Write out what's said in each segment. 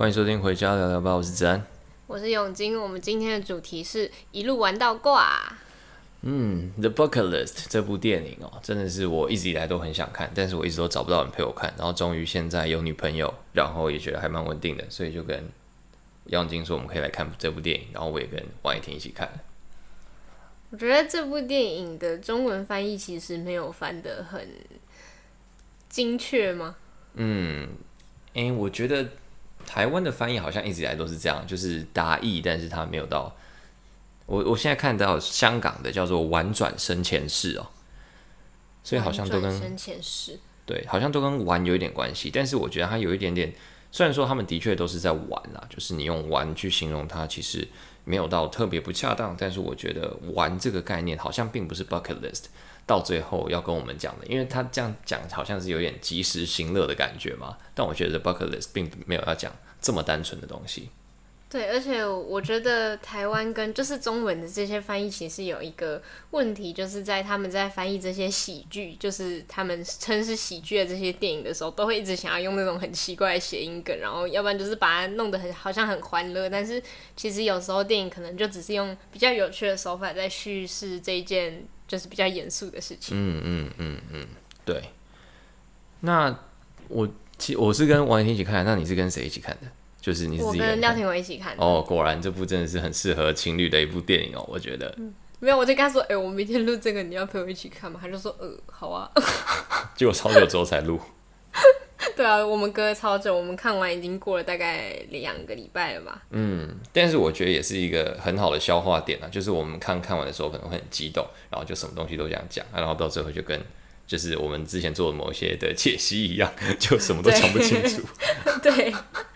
欢迎收听回家聊聊吧，我是子安。 我是永金，我们今天的主题是一路玩到挂。 The Bucket List 这部电影真的是我一直以来都很想看，但是我一直都找不到人陪我看，然后终于现在有女朋友，然后也觉得还蛮稳定的，所以就跟永金说我们可以来看这部电影，然后我也跟王一婷一起看。 我觉得这部电影的中文翻译其实没有翻得很精确吗？ 我觉得台湾的翻译好像一直以来都是这样，就是达意，但是它没有到。我现在看到香港的叫做玩转生前世所以好像都跟生前世对，好像都跟玩有一点关系，但是我觉得它有一点点，虽然说他们的确都是在玩啦，就是你用玩去形容它，其实没有到特别不恰当，但是我觉得玩这个概念好像并不是 bucket list 到最后要跟我们讲的，因为他这样讲好像是有点及时行乐的感觉嘛，但我觉得 bucket list 并没有要讲这么单纯的东西。 对，而且我觉得台湾跟就是中文的这些翻译其实有一个问题，就是在他们在翻译这些喜剧，就是他们称是喜剧的这些电影的时候，都会一直想要用那种很奇怪的谐音梗，然后要不然就是把它弄得好像很欢乐，但是其实有时候电影可能就只是用比较有趣的手法在叙事这一件就是比较严肃的事情。 对。那我是跟王一婷一起看的，那你是跟谁一起看的？就是你是自己我跟廖廷伟一起看的。 果然这部真的是很适合情侣的一部电影我觉得。 没有，我就跟他说，我明天录这个，你要陪我一起看吗？他就说，好啊。 结果超久之后才录。 对啊，我们隔了超久，我们看完已经过了大概2个礼拜了吧。 但是我觉得也是一个很好的消化点就是我们看完的时候可能会很激动，然后就什么东西都这样讲，然后到最后就跟就是我们之前做的某一些的解析一样，就什么都讲不清楚。 对。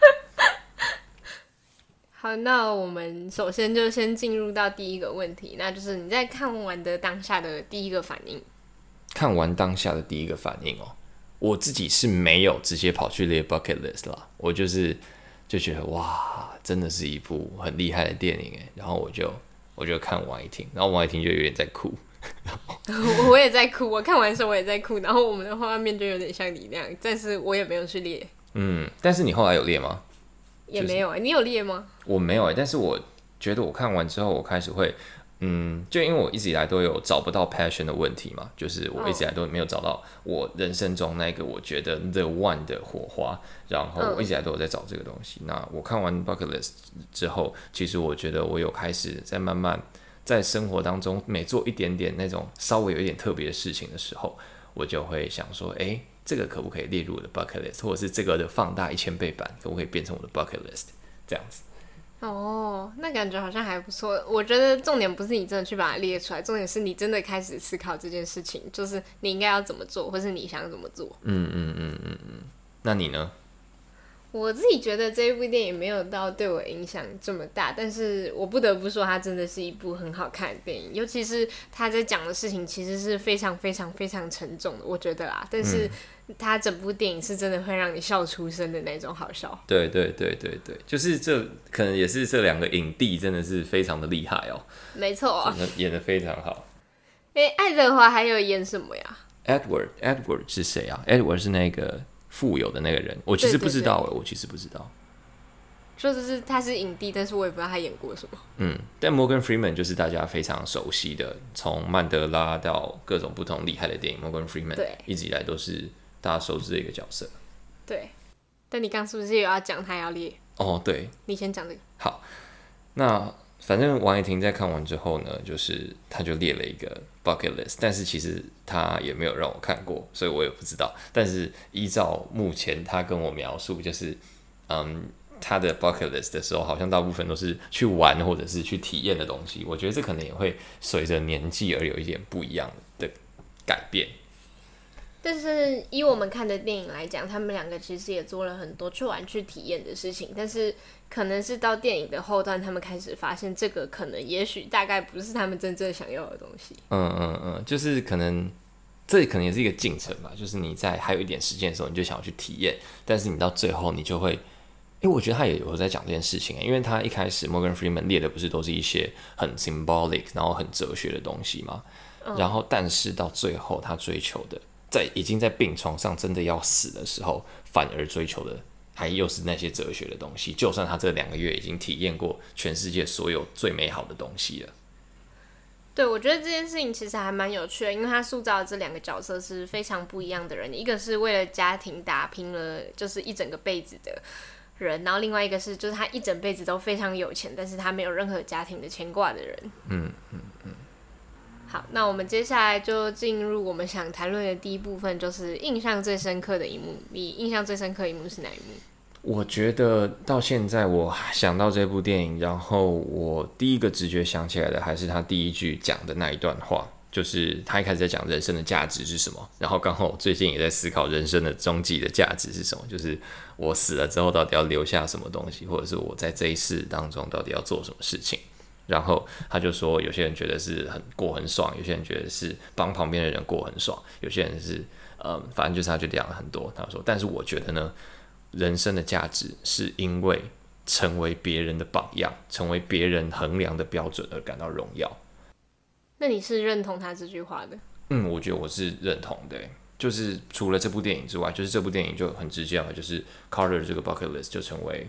好，那我们首先就先进入到第一个问题，那就是你在看完的当下的第一个反应。 看完当下的第一个反应我自己是没有直接跑去列 bucket list 啦，我就觉得哇，真的是一部很厉害的电影然后我就看王一婷，然后王一婷就有点在哭。 我也在哭，我看完的时候我也在哭，然后我们的画面就有点像你那样，但是我也没有去列。 但是你后来有列吗？ 也没有你有列吗？ 我没有但是我觉得我看完之后，我开始会，就因为我一直以来都有找不到 passion 的问题嘛，就是我一直以来都没有找到我人生中那个我觉得 the one 的火花，然后我一直以来都有在找这个东西。那我看完 bucket list 之后，其实我觉得我有开始在慢慢在生活当中每做一点点那种稍微有一点特别的事情的时候，我就会想说，这个可不可以列入我的 bucket list， 或者是这个的放大1000倍版，可不可以变成我的 bucket list？ 这样子。 那感觉好像还不错。我觉得重点不是你真的去把它列出来，重点是你真的开始思考这件事情，就是你应该要怎么做，或是你想怎么做。 那你呢？ 我自己觉得这一部电影没有到对我影响这么大，但是我不得不说它真的是一部很好看的电影，尤其是他在讲的事情其实是非常非常非常沉重的，我觉得啦，但是他整部电影是真的会让你笑出声的那种好笑。 对，就是这可能也是这两个影帝真的是非常的厉害没错真的演得非常好。 爱德华还有演什么呀？ Edward 是谁啊？ Edward 是那个富有的那个人，我其实不知道我其实不知道。 就是他是影帝，但是我也不知道他演过什么。 但 Morgan Freeman 就是大家非常熟悉的，从曼德拉到各种不同厉害的电影 ，Morgan Freeman 一直以来都是大家熟知的一个角色。 对，但你刚是不是有要讲他要列？ 对， 你先讲这个。 好，那反正王一婷在看完之后呢，就是他就列了一个 bucket list， 但是其实他也没有让我看过，所以我也不知道。但是依照目前他跟我描述，就是他的 bucket list 的时候，好像大部分都是去玩或者是去体验的东西。我觉得这可能也会随着年纪而有一点不一样的改变。 但是以我们看的电影来讲，他们两个其实也做了很多去玩去体验的事情，但是可能是到电影的后段，他们开始发现这个可能也许大概不是他们真正想要的东西。 就是可能这可能也是一个进程吧，就是你在还有一点时间的时候，你就想要去体验，但是你到最后你就会，我觉得他也有在讲这件事情因为他一开始 Morgan Freeman 列的不是都是一些很 symbolic 然后很哲学的东西嘛，然后但是到最后他追求的已经在病床上真的要死的时候，反而追求的还又是那些哲学的东西，就算他这2个月已经体验过全世界所有最美好的东西了。 对，我觉得这件事情其实还蛮有趣的，因为他塑造的这2个角色是非常不一样的人，一个是为了家庭打拼了就是一整个辈子的人，然后另外一个是就是他一整辈子都非常有钱，但是他没有任何家庭的牵挂的人。好，那我们接下来就进入我们想谈论的第一部分，就是印象最深刻的一幕。你印象最深刻的一幕是哪一幕？ 我觉得到现在我想到这部电影，然后我第一个直觉想起来的还是他第一句讲的那一段话，就是他一开始在讲人生的价值是什么，然后刚好我最近也在思考人生的终极的价值是什么，就是我死了之后到底要留下什么东西，或者是我在这一世当中到底要做什么事情。然后他就说，有些人觉得是过很爽，有些人觉得是帮旁边的人过很爽，有些人是反正就是他就讲了很多。他说，但是我觉得呢，人生的价值是因为成为别人的榜样，成为别人衡量的标准而感到荣耀。 那你是认同他这句话的？ 我觉得我是认同的。就是除了这部电影之外，就是这部电影就很直接嘛，就是 Carter 这个 bucket list 就成为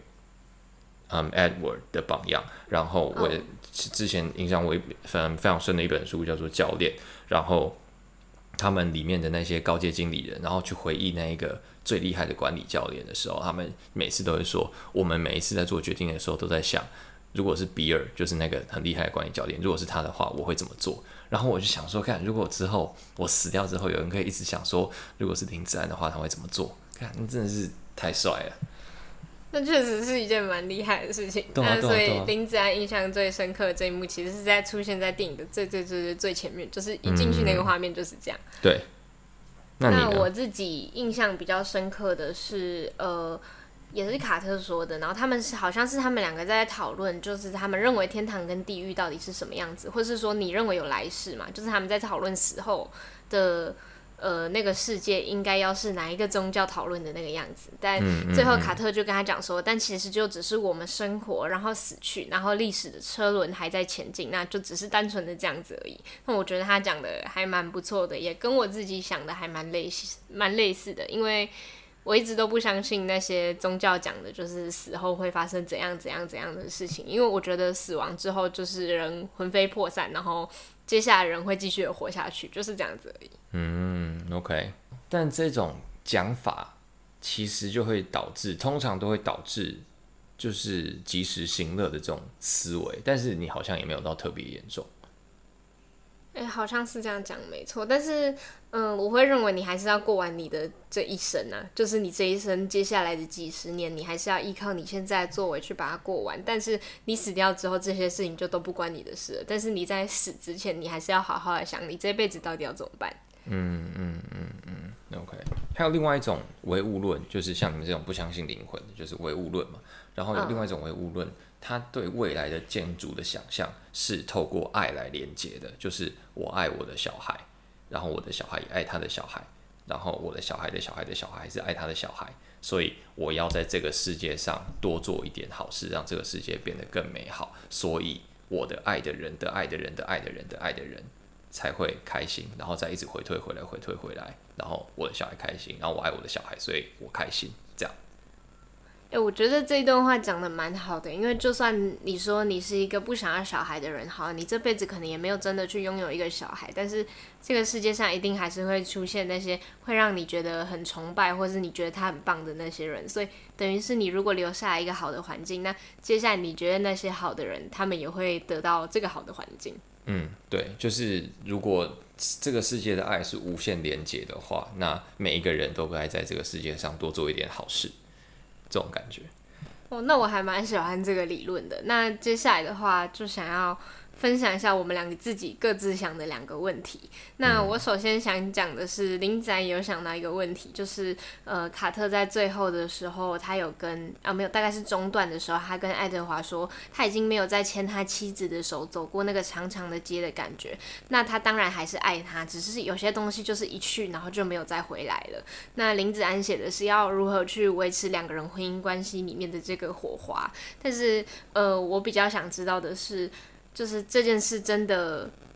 Edward 的榜样。然后我之前印象我非常深的一本书叫做《教练》，然后他们里面的那些高阶经理人，然后去回忆那一个最厉害的管理教练的时候，他们每次都会说，我们每一次在做决定的时候都在想，如果是比尔，就是那个很厉害的管理教练，如果是他的话，我会怎么做？然后我就想说，看如果之后我死掉之后，有人可以一直想说，如果是林子安的话，他会怎么做？看，那真的是太帅了。 那确实是一件蛮厉害的事情。那所以林子安印象最深刻的这一幕，其实是在出现在电影的最前面，就是一进去那个画面就是这样。 对。 那我自己印象比较深刻的是，也是卡特说的，然后他们好像是他们2个在讨论，就是他们认为天堂跟地狱到底是什么样子，或是说你认为有来世嘛？就是他们在讨论死后的那个世界应该要是哪一个宗教讨论的那个样子。但最后卡特就跟他讲说，但其实就只是我们生活，然后死去，然后历史的车轮还在前进，那就只是单纯的这样子而已。那我觉得他讲的还蛮不错的，也跟我自己想的还蛮类似的，因为我一直都不相信那些宗教讲的就是死后会发生怎样的事情，因为我觉得死亡之后就是人魂飞魄散，然后接下来人会继续的活下去，就是这样子而已。 OK。但这种讲法其实就会通常都会导致就是及时行乐的这种思维，但是你好像也没有到特别严重。 好像是这样讲没错，但是我会认为你还是要过完你的这一生啊，就是你这一生接下来的几十年，你还是要依靠你现在的作为去把它过完。但是你死掉之后，这些事情就都不关你的事了。但是你在死之前，你还是要好好的想，你这辈子到底要怎么办。 OK。还有另外一种唯物论，就是像你们这种不相信灵魂的，就是唯物论嘛。然后有另外一种唯物论，他对未来的建筑的想象是透过爱来连接的，就是我爱我的小孩，然后我的小孩也爱他的小孩，然后我的小孩的小孩的小孩还是爱他的小孩，所以我要在这个世界上多做一点好事，让这个世界变得更美好，所以我的爱的人的爱的人的爱的人的爱的人才会开心，然后再一直回退回来，然后我的小孩开心，然后我爱我的小孩，所以我开心，这样。 我觉得这一段话讲的蛮好的，因为就算你说你是一个不想要小孩的人，好，你这辈子可能也没有真的去拥有一个小孩，但是这个世界上一定还是会出现那些会让你觉得很崇拜，或是你觉得他很棒的那些人，所以等于是你如果留下来一个好的环境，那接下来你觉得那些好的人，他们也会得到这个好的环境。 对，就是如果这个世界的爱是无限连结的话，那每一个人都该在这个世界上多做一点好事，这种感觉。 那我还蛮喜欢这个理论的。那接下来的话，就想要分享一下我们2个自己各自想的2个问题。那我首先想讲的是，林子安也有想到一个问题，就是卡特在最后的时候，他有跟没有，大概是中段的时候，他跟爱德华说，他已经没有再牵他妻子的手走过那个长长的街的感觉。那他当然还是爱他，只是有些东西就是一去，然后就没有再回来了。那林子安写的是要如何去维持2个人婚姻关系里面的这个火花，但是我比较想知道的是，就是这件事真的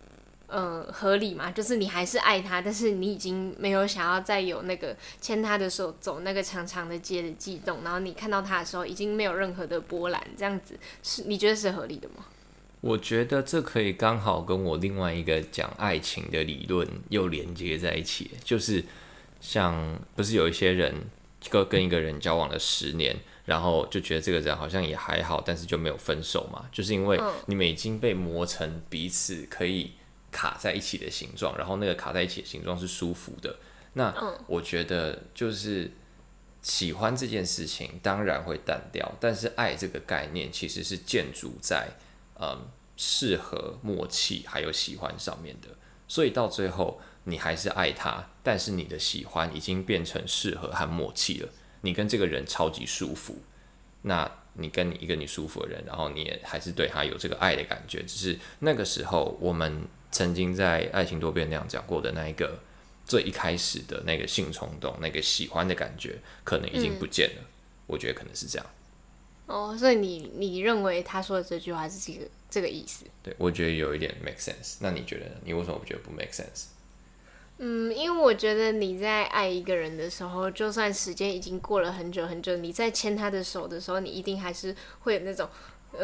合理嘛？就是你还是爱他，但是你已经没有想要再有那个牵他的手走那个长长的街的悸动，然后你看到他的时候已经没有任何的波澜，这样子是你觉得是合理的吗？ 我觉得这可以刚好跟我另外一个讲爱情的理论又连接在一起，就是像不是有一些人跟一个人交往了10年，然后就觉得这个人好像也还好，但是就没有分手嘛，就是因为你们已经被磨成彼此可以卡在一起的形状，然后那个卡在一起的形状是舒服的。那我觉得就是喜欢这件事情当然会淡掉，但是爱这个概念其实是建筑在适合、默契还有喜欢上面的，所以到最后你还是爱他，但是你的喜欢已经变成适合和默契了。你跟这个人超级舒服，那你跟一个你舒服的人，然后你也还是对他有这个爱的感觉，只是那个时候我们曾经在《爱情多变》那样讲过的那一个最一开始的那个性冲动、那个喜欢的感觉，可能已经不见了。我觉得可能是这样。 哦，所以你认为他说的这句话是这个意思？ 对，我觉得有一点 make sense。那你觉得呢？你为什么觉得不 make sense？ 因为我觉得你在爱一个人的时候，就算时间已经过了很久很久，你在牵他的手的时候，你一定还是会有那种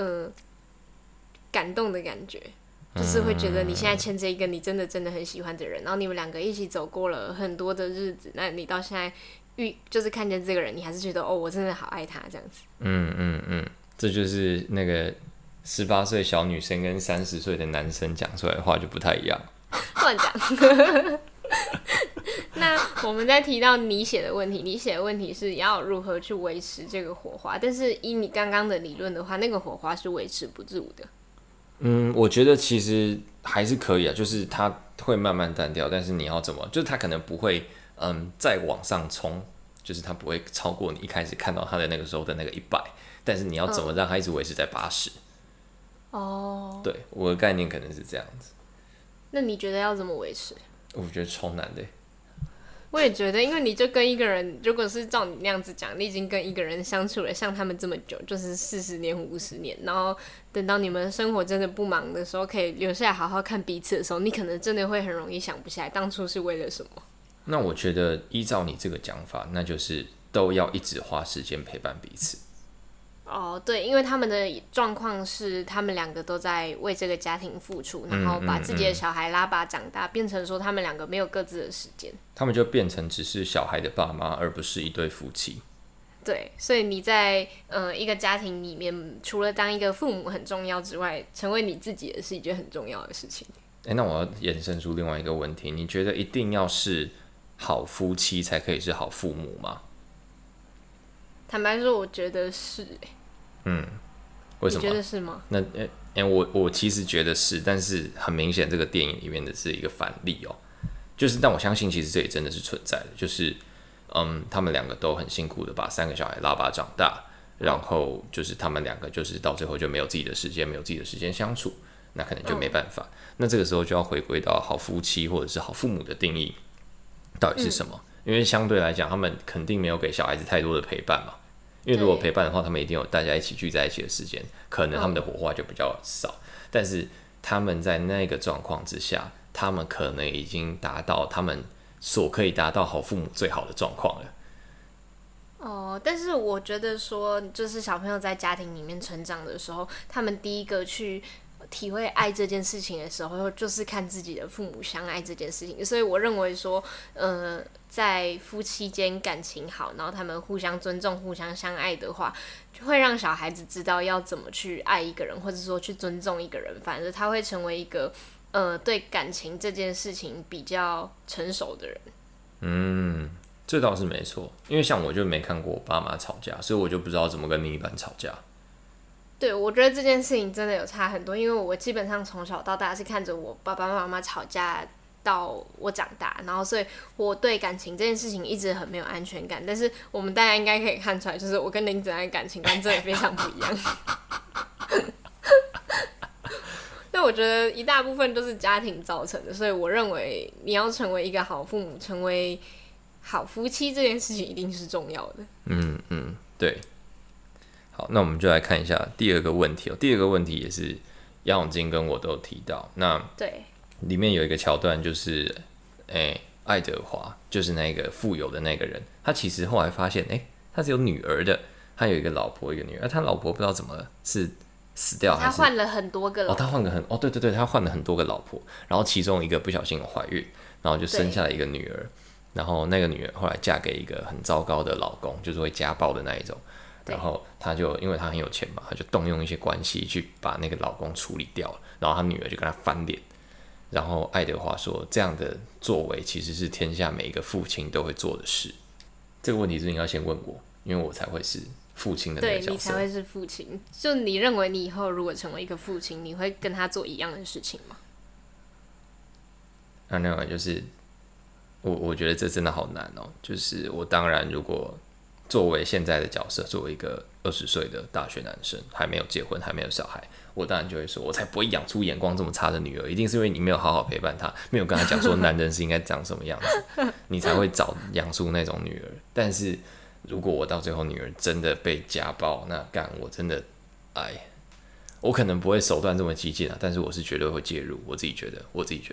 感动的感觉，就是会觉得你现在牵着一个你真的很喜欢的人，然后你们两个一起走过了很多的日子，那你到现在就是看见这个人，你还是觉得我真的好爱他这样子。 这就是那个18岁小女生跟30岁的男生讲出来的话就不太一样。 乱讲。那我们在提到你写的问题，你写的问题是要如何去维持这个火花，但是以你刚刚的理论的话，那个火花是维持不住的。 我觉得其实还是可以啊，就是它会慢慢淡掉，但是你要怎么，就是它可能不会再往上冲，就是它不会超过你一开始看到它的那个时候的那个100，但是你要怎么让它一直维持在80？对，我的概念可能是这样子。 那你觉得要怎么维持？ 我觉得超难的。 我也觉得，因为你就跟一个人，如果是照你那样子讲，你已经跟一个人相处了像他们这么久，就是40年、50年，然后等到你们生活真的不忙的时候，可以留下来好好看彼此的时候，你可能真的会很容易想不起来当初是为了什么。 那我觉得依照你这个讲法，那就是都要一直花时间陪伴彼此。 对，因为他们的状况是，他们两个都在为这个家庭付出，然后把自己的小孩拉拔长大，变成说他们两个没有各自的时间， 他们就变成只是小孩的爸妈，而不是一对夫妻。 对，所以你在一个家庭里面，除了当一个父母很重要之外，成为你自己也是一件很重要的事情。 那我要延伸出另外一个问题，你觉得一定要是好夫妻才可以是好父母吗？ 坦白说，我觉得是。 为什么？ 你觉得是吗？ 那我其实觉得是，但是很明显，这个电影里面的是一个反例哦。就是，但我相信其实这也真的是存在的。就是，他们两个都很辛苦的把3个小孩拉拔长大，然后就是他们两个就是到最后就没有自己的时间，没有自己的时间相处，那可能就没办法。那这个时候就要回归到好夫妻或者是好父母的定义到底是什么？因为相对来讲，他们肯定没有给小孩子太多的陪伴嘛。因为如果陪伴的话，他们一定有大家一起聚在一起的时间，可能他们的火花就比较少。但是他们在那个状况之下，他们可能已经达到他们所可以达到好父母最好的状况了。 但是我觉得说，就是小朋友在家庭里面成长的时候，他们第一个去体会爱这件事情的时候，就是看自己的父母相爱这件事情。所以我认为说，在夫妻间感情好，然后他们互相尊重、互相相爱的话，就会让小孩子知道要怎么去爱一个人，或者说去尊重一个人。反正他会成为一个对感情这件事情比较成熟的人。 这倒是没错。因为像我就没看过我爸妈吵架，所以我就不知道怎么跟另一半吵架。 对，我觉得这件事情真的有差很多，因为我基本上从小到大是看着我爸爸妈妈吵架到我长大，然后所以我对感情这件事情一直很没有安全感。但是我们大家应该可以看出来，就是我跟林子安的感情观真的非常不一样。但我觉得一大部分都是家庭造成的，所以我认为你要成为一个好父母，成为好夫妻这件事情一定是重要的。 对。好，那我们就来看一下第二个问题。第二个问题也是杨永金跟我都有提到。那对， 里面有一个桥段就是，爱德华就是那个富有的那个人，他其实后来发现，他是有女儿的，他有一个老婆一个女儿，他老婆不知道怎么了是死掉还是他换了很多个老婆， 对，他换了很多个老婆，然后其中一个不小心怀孕，然后就生下了一个女儿，然后那个女儿后来嫁给一个很糟糕的老公，就是会家暴的那一种，然后他就因为他很有钱嘛，他就动用一些关系去把那个老公处理掉了，然后他女儿就跟他翻脸。然后爱德华说，这样的作为其实是天下每一个父亲都会做的事。这个问题是你要先问我，因为我才会是父亲的那个角色。 对，你才会是父亲。就你认为你以后如果成为一个父亲，你会跟他做一样的事情吗？ 那个就是我觉得这真的好难哦。就是我当然如果作为现在的角色，作为一个20岁的大学男生，还没有结婚，还没有小孩，我当然就会说，我才不会养出眼光这么差的女儿，一定是因为你没有好好陪伴她，没有跟她讲说男人是应该长什么样子，你才会养出那种女儿。但是如果我到最后女儿真的被家暴，那我真的，我可能不会手段这么激进啊，但是我是绝对会介入，我自己觉得。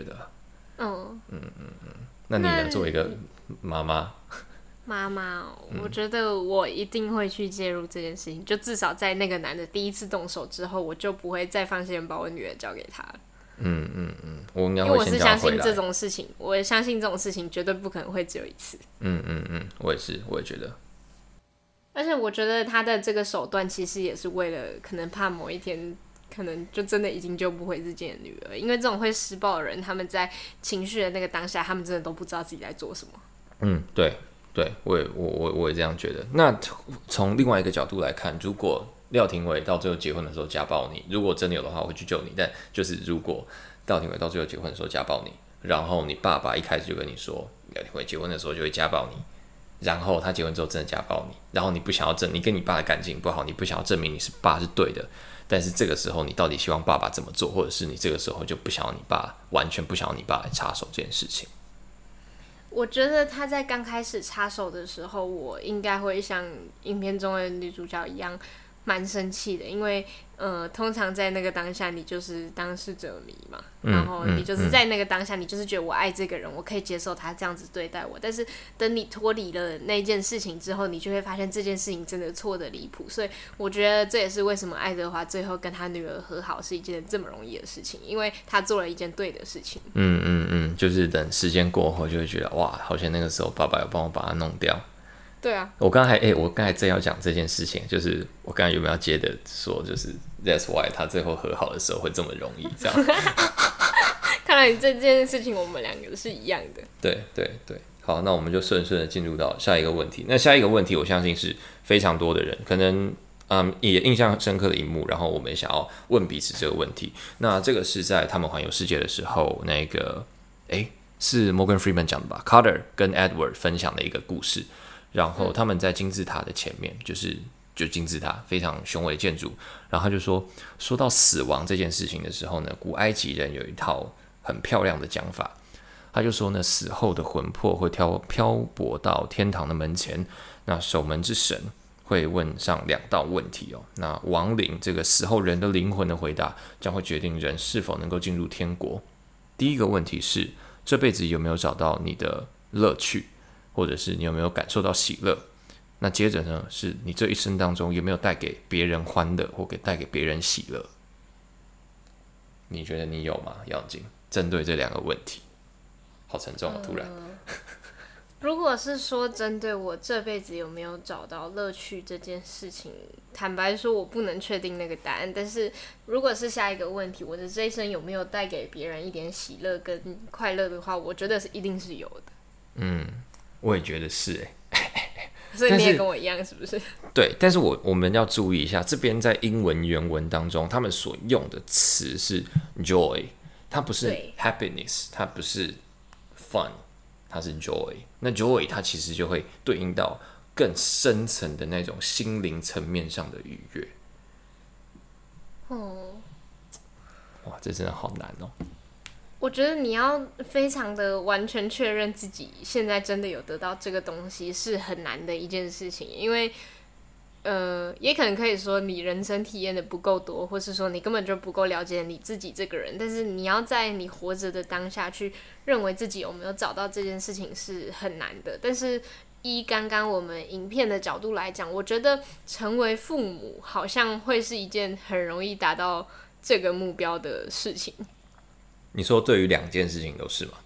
那你呢？作为一个妈妈， 我觉得我一定会去介入这件事情，就至少在那个男的第一次动手之后，我就不会再放心把我女儿交给他了。 我应该因为我是会先叫他回来。 相信这种事情，我相信这种事情绝对不可能会只有一次。 我也是，我也觉得。 而且我觉得他的这个手段其实也是为了可能怕某一天可能就真的已经救不回自己的女儿，因为这种会施暴的人，他们在情绪的那个当下，他们真的都不知道自己在做什么。 对，我也这样觉得。那从另外一个角度来看，如果廖廷伟到最后结婚的时候家暴你，如果真的有的话，我会去救你。但就是如果廖廷伟到最后结婚的时候家暴你，然后你爸爸一开始就跟你说，廖廷伟结婚的时候就会家暴你，然后他结婚之后真的家暴你，然后你不想要你跟你爸的感情不好，你不想要证明你是爸是对的，但是这个时候你到底希望爸爸怎么做，或者是你这个时候就不想要你爸，完全不想要你爸来插手这件事情？ 我觉得他在刚开始插手的时候，我应该会像影片中的女主角一样，蛮生气的，因为通常在那个当下，你就是当事者迷嘛，然后你就是在那个当下，你就是觉得我爱这个人，我可以接受他这样子对待我。但是等你脱离了那件事情之后，你就会发现这件事情真的错的离谱。所以我觉得这也是为什么爱德华最后跟他女儿和好是一件这么容易的事情，因为他做了一件对的事情。 就是等时间过后，就会觉得哇，好像那个时候爸爸有帮我把它弄掉。 对啊， 我刚才正要讲这件事情，就是我刚才有没有要接的说，就是 That's why 他最后和好的时候会这么容易，这样。 看来这件事情我们两个是一样的。 对，好，那我们就顺的进入到下一个问题。那下一个问题，我相信是非常多的人可能也印象深刻的一幕，然后我们也想要问彼此这个问题。那这个是在他们环游世界的时候，那个是 Morgan Freeman 讲的吧 ？Carter 跟 Edward 分享的一个故事。然后他们在金字塔的前面，就金字塔非常雄伟的建筑。然后他就说到死亡这件事情的时候呢，古埃及人有一套很漂亮的讲法。他就说呢，死后的魂魄会漂泊到天堂的门前，那守门之神会问上2道问题哦。那亡灵这个死后人的灵魂的回答，将会决定人是否能够进入天国。第一个问题是，这辈子有没有找到你的乐趣？或者是你有没有感受到喜乐？那接着呢，是你这一生当中有没有带给别人欢乐，或带给别人喜乐？你觉得你有吗？耀景，针对这2个问题，好沉重啊！突然， 如果是说针对我这辈子有没有找到乐趣这件事情，坦白说，我不能确定那个答案。但是如果是下一个问题，我的这一生有没有带给别人一点喜乐跟快乐的话，我觉得一定是有的。 我也觉得是所以你也跟我一样，是不是？ 对，但是我们要注意一下，这边在英文原文当中，他们所用的词是 joy， 它不是 happiness， 它不是 fun， 它是 joy。那 joy 它其实就会对应到更深层的那种心灵层面上的愉悦。哇，这真的好难哦。 我觉得你要非常的完全确认自己现在真的有得到这个东西是很难的一件事情，因为也可能可以说你人生体验的不够多，或是说你根本就不够了解你自己这个人。但是你要在你活着的当下去认为自己有没有找到这件事情是很难的。但是依刚刚我们影片的角度来讲，我觉得成为父母好像会是一件很容易达到这个目标的事情。 你说对于2件事情都是吗？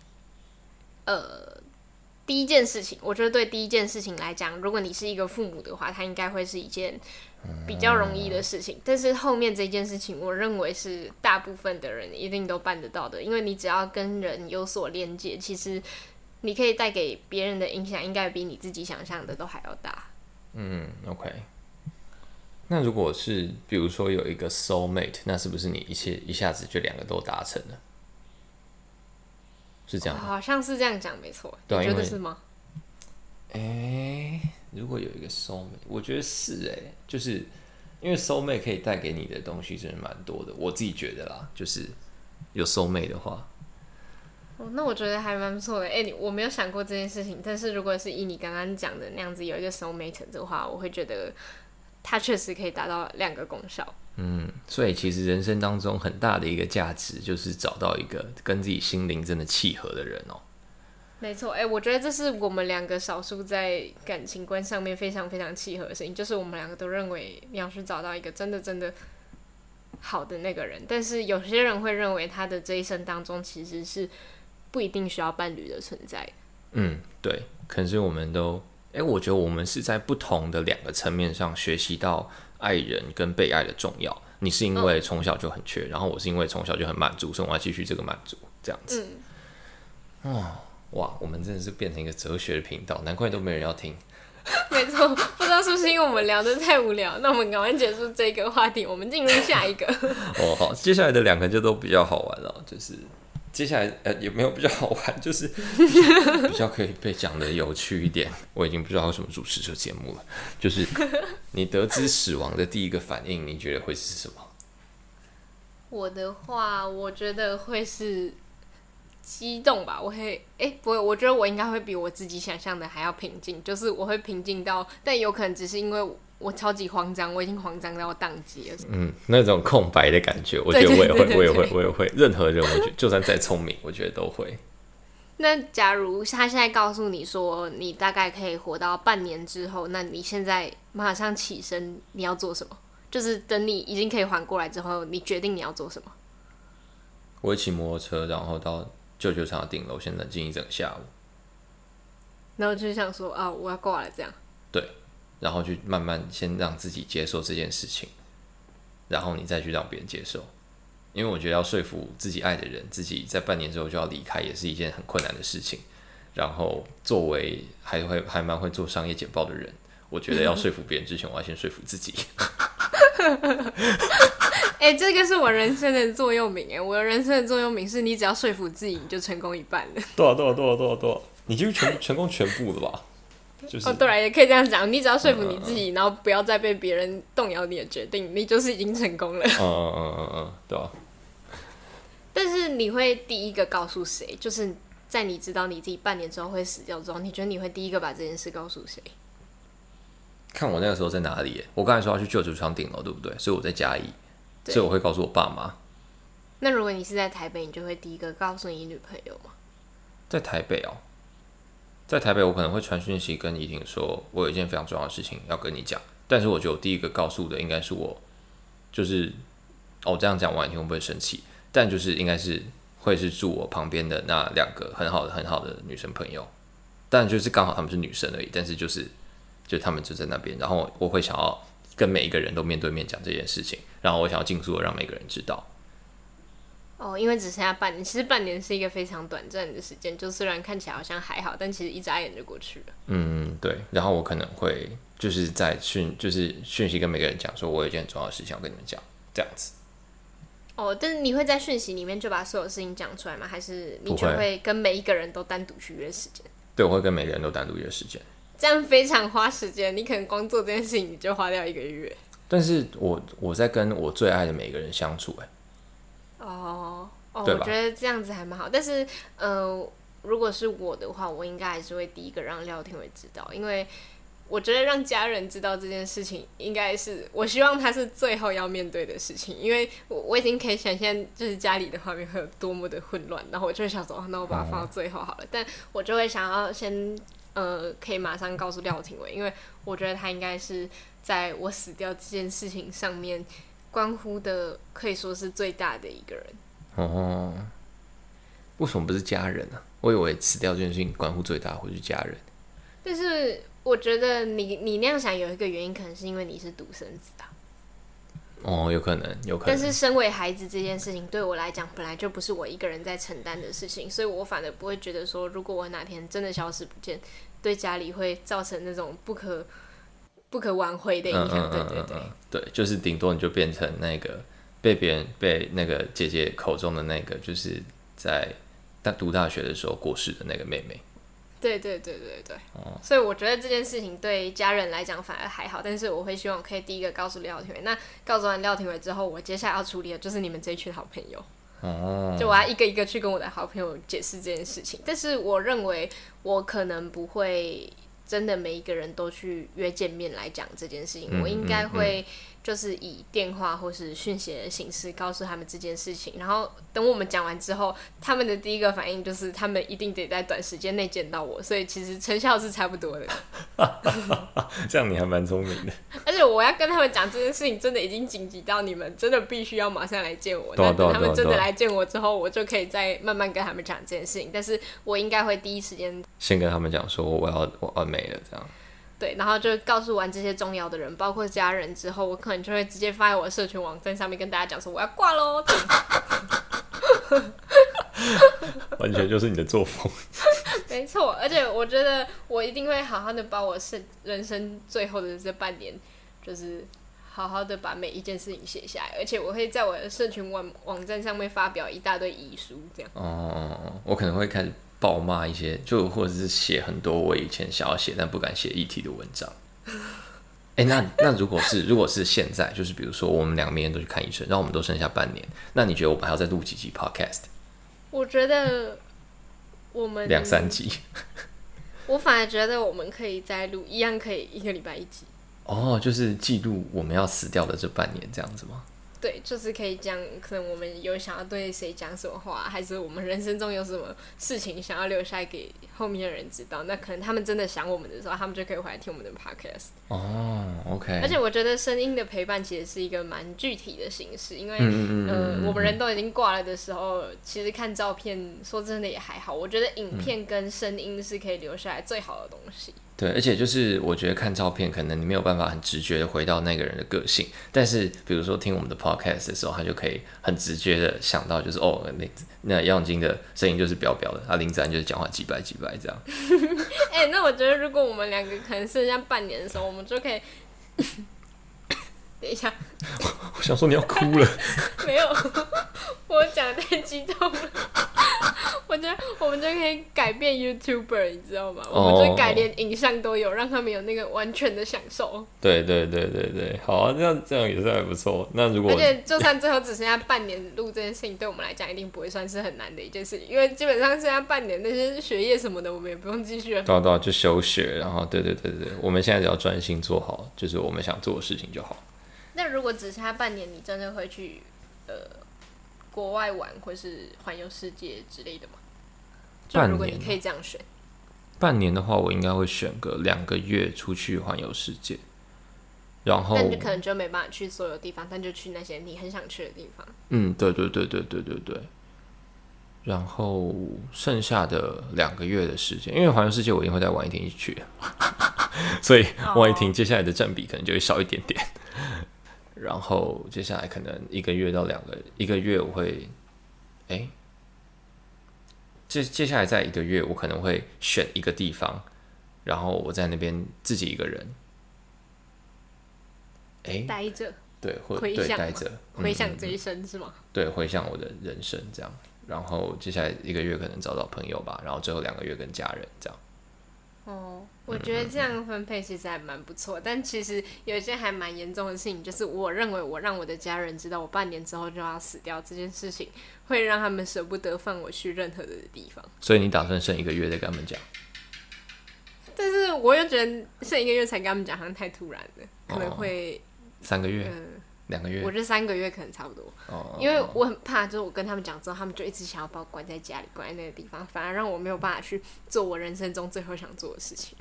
第一件事情，我觉得对第一件事情来讲，如果你是一个父母的话，它应该会是一件比较容易的事情。但是后面这件事情，我认为是大部分的人一定都办得到的，因为你只要跟人有所连接，其实你可以带给别人的影响，应该比你自己想象的都还要大。 OK。那如果是比如说有一个 soul mate， 那是不是你一下子就2个都达成了？是这样吗？ 好像是这样讲，没错。 对啊， 你觉得是吗？ 如果有一个 soul mate， 我觉得是就是因为 soul mate 可以带给你的东西真的蛮多的，我自己觉得啦，就是有 soul mate 的话。 那我觉得还蛮不错的。我没有想过这件事情，但是如果是以你刚刚讲的那样子有一个 soul mate 的话，我会觉得它确实可以达到2个功效。 所以其实人生当中很大的一个价值就是找到一个跟自己心灵真的契合的人哦。 没错，我觉得这是我们2个少数在感情观上面非常非常契合的事情，就是我们2个都认为你要去找到一个真的真的好的那个人，但是有些人会认为他的这一生当中其实是不一定需要伴侣的存在。 对，可是我们都，我觉得我们是在不同的2个层面上学习到爱人跟被爱的重要。你是因为从小就很缺，然后我是因为从小就很满足，所以我要继续这个满足，这样子。哇，我们真的是变成一个哲学的频道，难怪都没人要听。 没错，不知道是不是因为我们聊得太无聊，那我们赶快结束这个话题，我们进入下一个。 好，接下来的2个就都比较好玩了，就是接下来也没有比较好玩，就是比较可以被讲的有趣一点。我已经不知道为什么主持这个节目了。就是你得知死亡的第一个反应，你觉得会是什么？ 我的话，我觉得会是激动吧。我会，不会，我觉得我应该会比我自己想象的还要平静，就是我会平静到，但有可能只是因为我超级慌张，我已经慌张到宕机了。 那种空白的感觉，我觉得我也会，任何人，我觉得就算再聪明，我觉得都会。 那假如他现在告诉你说，你大概可以活到半年之后，那你现在马上起身，你要做什么？就是等你已经可以缓过来之后，你决定你要做什么？ 我会骑摩托车，然后到旧球场的顶楼，先冷静一整个下午。 然后就想说啊，我要挂了这样。 对，然后去慢慢先让自己接受这件事情，然后你再去让别人接受。因为我觉得要说服自己爱的人，自己在半年之后就要离开，也是一件很困难的事情。然后作为还蛮会做商业简报的人，我觉得要说服别人之前，我要先说服自己。 这个是我人生的座右铭。我的人生的座右铭是：你只要说服自己，你就成功一半了。 多少，你就成功全部了吧？就是对了，也可以这样讲。你只要说服你自己，然后不要再被别人动摇你的决定，你就是已经成功了。 对啊。 但是你会第一个告诉谁？就是在你知道你自己半年之后会死掉之后，你觉得你会第一个把这件事告诉谁？ 看我那个时候在哪里我刚才说要去旧球场顶楼，对不对？所以我在嘉义，所以我会告诉我爸妈。 那如果你是在台北，你就会第一个告诉你女朋友吗？ 在台北在台北我可能会传讯息跟怡婷说，我有一件非常重要的事情要跟你讲。但是我觉得我第一个告诉的应该是我，就是这样讲完以后会不会生气？但就是应该是会是住我旁边的那2个很好的女生朋友，但就是刚好她们是女生而已，但是就她们就在那边，然后我会想要跟每一个人都面对面讲这件事情，然后我想要尽速的让每个人知道。 因为只剩下半年，其实半年是一个非常短暂的时间，就虽然看起来好像还好，但其实一眨眼就过去了。 对。然后我可能会就是在讯息跟每个人讲说，我有一件很重要的事情要跟你们讲，这样子。 但是你会在讯息里面就把所有事情讲出来吗？还是你就会跟每一个人都单独去约时间？ 对，我会跟每个人都单独约时间。 这样非常花时间，你可能光做这件事情你就花掉1个月。 但是我在跟我最爱的每个人相处我觉得这样子还蛮好。但是如果是我的话，我应该还是会第一个让廖天伟知道，因为我觉得让家人知道这件事情，应该是我希望他是最后要面对的事情，因为我已经可以想象，就是家里的画面会有多么的混乱，然后我就会想说，哦，那我把它放到最后好了。但我就会想要先可以马上告诉廖廷伟，因为我觉得他应该是在我死掉这件事情上面关乎的，可以说是最大的一个人。 哦，为什么不是家人啊？我以为死掉这件事情关乎最大会是家人。 但是我觉得你那样想有一个原因，可能是因为你是独生子啊。 哦，有可能。 但是身为孩子这件事情，对我来讲本来就不是我一个人在承担的事情，所以我反而不会觉得说，如果我哪天真的消失不见，对家里会造成那种不可挽回的影响。 对，就是顶多你就变成那个被那个姐姐口中的那个，就是在读大学的时候过世的那个妹妹。 对，所以我觉得这件事情对家人来讲反而还好，但是我会希望可以第一个告诉廖廷伟，那告诉完廖廷伟之后，我接下来要处理的就是你们这一群好朋友。就我要一个一个去跟我的好朋友解释这件事情，但是我认为我可能不会真的每一个人都去约见面来讲这件事情，我应该会就是以电话或是讯息的形式告诉他们这件事情，然后等我们讲完之后，他们的第一个反应就是他们一定得在短时间内见到我，所以其实成效是差不多的。 这样你还蛮聪明的。 而且我要跟他们讲这件事情，真的已经紧急到你们真的必须要马上来见我。那等他们真的来见我之后，我就可以再慢慢跟他们讲这件事情。但是我应该会第一时间先跟他们讲说我要没了这样。 对，然后就告诉完这些重要的人，包括家人之后，我可能就会直接发在我的社群网站上面跟大家讲说我要挂咯。 完全就是你的作风。 没错，而且我觉得我一定会好好的把我人生最后的这半年，就是好好的把每一件事情写下来，而且我会在我的社群网站上面发表一大堆遗书，这样。 我可能会开始暴骂一些，就或者是写很多我以前想要写但不敢写议题的文章。那如果是现在，就是比如说我们两个明天都去看医生，然后我们都剩下半年，那你觉得我们还要再录几集 podcast？ 我觉得我们 2-3集。 我反而觉得我们可以再录，一样可以一个礼拜一集。 就是记录我们要死掉的这半年这样子吗？ 对，就是可以讲，可能我们有想要对谁讲什么话，还是我们人生中有什么事情想要留下来给后面的人知道。那可能他们真的想我们的时候，他们就可以回来听我们的 podcast。 OK。 而且我觉得声音的陪伴其实是一个蛮具体的形式，因为我们人都已经挂了的时候，其实看照片说真的也还好。我觉得影片跟声音是可以留下来最好的东西。 对，而且就是我觉得看照片，可能你没有办法很直觉的回到那个人的个性，但是比如说听我们的 podcast 的时候，他就可以很直觉的想到，就是那姚永金的声音就是表表的，林子安就是讲话几百这样。 那我觉得如果我们两个可能剩下半年的时候，我们就可以等一下， 我想说你要哭了。 没有，我讲得太激动了。我觉得我们就可以改变 YouTuber， 你知道吗？我们就改连影像都有，让他们有那个完全的享受。 对，好啊，这样也是还不错。那如果而且就算最后只剩下半年录这件事情，对我们来讲一定不会算是很难的一件事情，因为基本上剩下半年那些学业什么的，我们也不用继续了。 对，就休学，然后对，我们现在只要专心做好，就是我们想做的事情就好。 那如果只剩下半年，你真的会去国外玩，或是环游世界之类的吗？就如果你可以这样选， 半年的话，我应该会选个2个月出去环游世界。然后， 但你可能就没办法去所有地方，但就去那些你很想去的地方。 对。然后剩下的2个月的时间，因为环游世界我一定会带王一婷一起去，所以王一婷接下来的占比可能就会少一点点。然后接下来可能1个月到1个月我会，接下来在1个月我可能会选一个地方，然后我在那边自己一个人， 待着， 对，待着， 回想这一生是吗？ 对，回想我的人生这样。然后接下来1个月可能找朋友吧，然后最后2个月跟家人这样。 我觉得这样分配其实还蛮不错，但其实有一件还蛮严重的事情，就是我认为我让我的家人知道我半年之后就要死掉这件事情，会让他们舍不得放我去任何的地方。 所以你打算剩1个月再跟他们讲？ 但是是我又觉得剩1个月才跟他们讲，好像太突然了，可能会 3个月、2个月， 我觉得3个月可能差不多。因为我很怕，就是我跟他们讲之后，他们就一直想要把我关在家里，关在那个地方，反而让我没有办法去做我人生中最后想做的事情。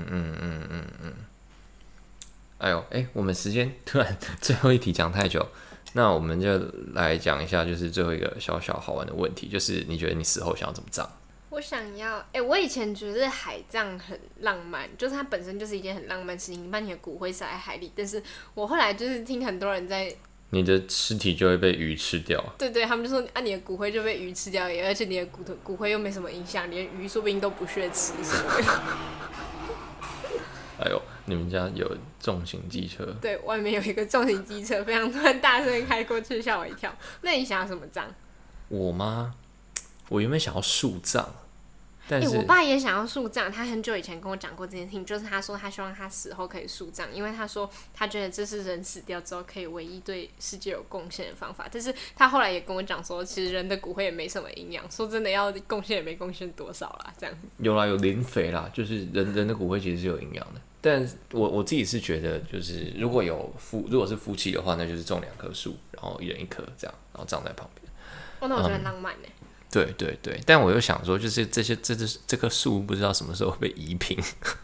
哎呦，我们时间突然最后一题讲太久，那我们就来讲一下，就是最后一个小小好玩的问题，就是你觉得你死后想要怎么葬？ 我想要，我以前觉得海葬很浪漫，就是它本身就是一件很浪漫的事情，你把你的骨灰撒在海里。但是我后来就是听很多人在， 你的尸体就会被鱼吃掉。 对，他们就说你的骨灰就被鱼吃掉，而且你的骨灰又没什么影响，连鱼说不定都不屑吃什么的。 哎呦，你们家有重型机车？ 对，外面有一个重型机车，非常突然大声地开过去，吓我一跳。那你想要什么葬？ 我吗？我原本想要树葬。但是我爸也想要树葬，他很久以前跟我讲过这件事情，就是他说他希望他死后可以树葬，因为他说他觉得这是人死掉之后可以唯一对世界有贡献的方法。但是他后来也跟我讲说，其实人的骨灰也没什么营养，说真的要贡献也没贡献多少啦，这样。 有啦，有磷肥啦，就是人的骨灰其实是有营养的。但我自己是觉得，就是如果是夫妻的话，那就是种2棵树，然后一人1棵这样，然后葬在旁边。 那我觉得很浪漫呢。 对，但我又想说，就是这棵树不知道什么时候会被移平。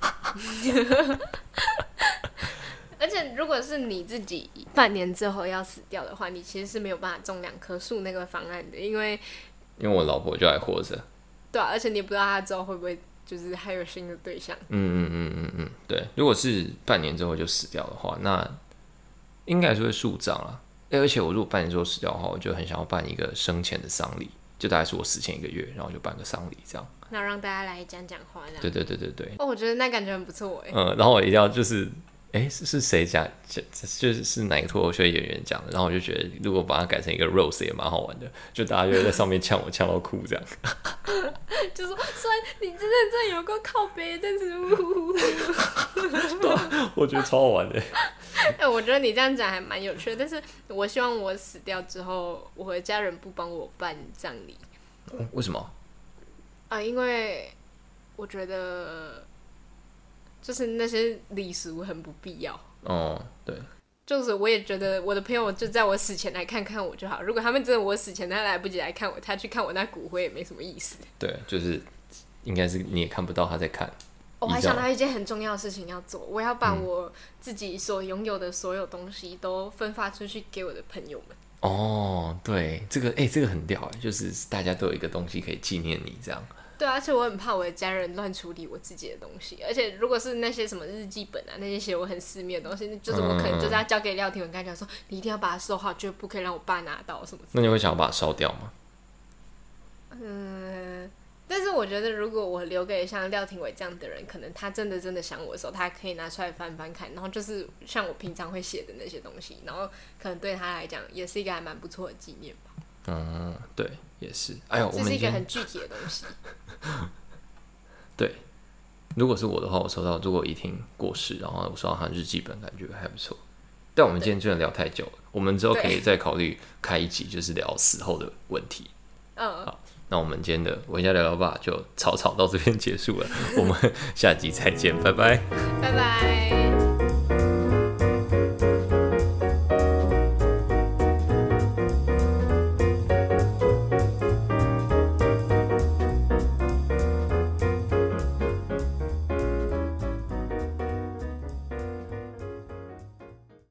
而且如果是你自己半年之后要死掉的话，你其实是没有办法种2棵树那个方案的，因为我老婆就还活着。 对而且你不知道她之后会不会就是还有新的对象。 对，如果是半年之后就死掉的话，那应该是会树葬啦。而且我如果半年之后死掉的话，我就很想要办一个生前的丧礼，就大概是我死前1个月，然后就办个丧礼这样。 那让大家来讲话这样。 对。 我觉得那感觉很不错然后我一定要就是是谁讲？就是哪个脱口秀演员讲的？然后我就觉得，如果把它改成一个 rose 也蛮好玩的，就大家就会在上面呛我，呛到哭这样。 就说，虽然你真的有够靠北，但是我觉得超好玩的。 我觉得你这样讲还蛮有趣的，但是我希望我死掉之后，我的家人不帮我办葬礼。 为什么？ 因为我觉得就是那些礼俗很不必要。 对。 就是我也觉得我的朋友就在我死前来看看我就好，如果他们真的我死前他来不及来看我，他去看我那骨灰也没什么意思。 对，就是应该是你也看不到他在看。 我还想到一件很重要的事情要做，我要把我自己所拥有的所有东西都分发出去给我的朋友们。 对，这个很屌，就是大家都有一个东西可以纪念你这样。 对，而且我很怕我的家人乱处理我自己的东西，而且如果是那些什么日记本啊，那些写我很私密的东西，就是我可能就是要交给廖廷文，跟他讲说，你一定要把它收好，绝不可以让我爸拿到什么。 那你会想要把它烧掉吗？ 但是我觉得如果我留给像廖廷伟这样的人，可能他真的想我的时候，他可以拿出来翻翻看，然后就是像我平常会写的那些东西，然后可能对他来讲也是一个还蛮不错的纪念吧。 对，也是。哎呦， 这是一个很具体的东西。 对，如果是我的话，我收到如果怡婷过世，然后我收到她日记本，感觉还不错。但我们今天真的聊太久了，我们之后可以再考虑开一集，就是聊死后的问题。好，那我们今天的我家聊聊吧就草草到这边结束了，我们下集再见，拜拜， 拜拜。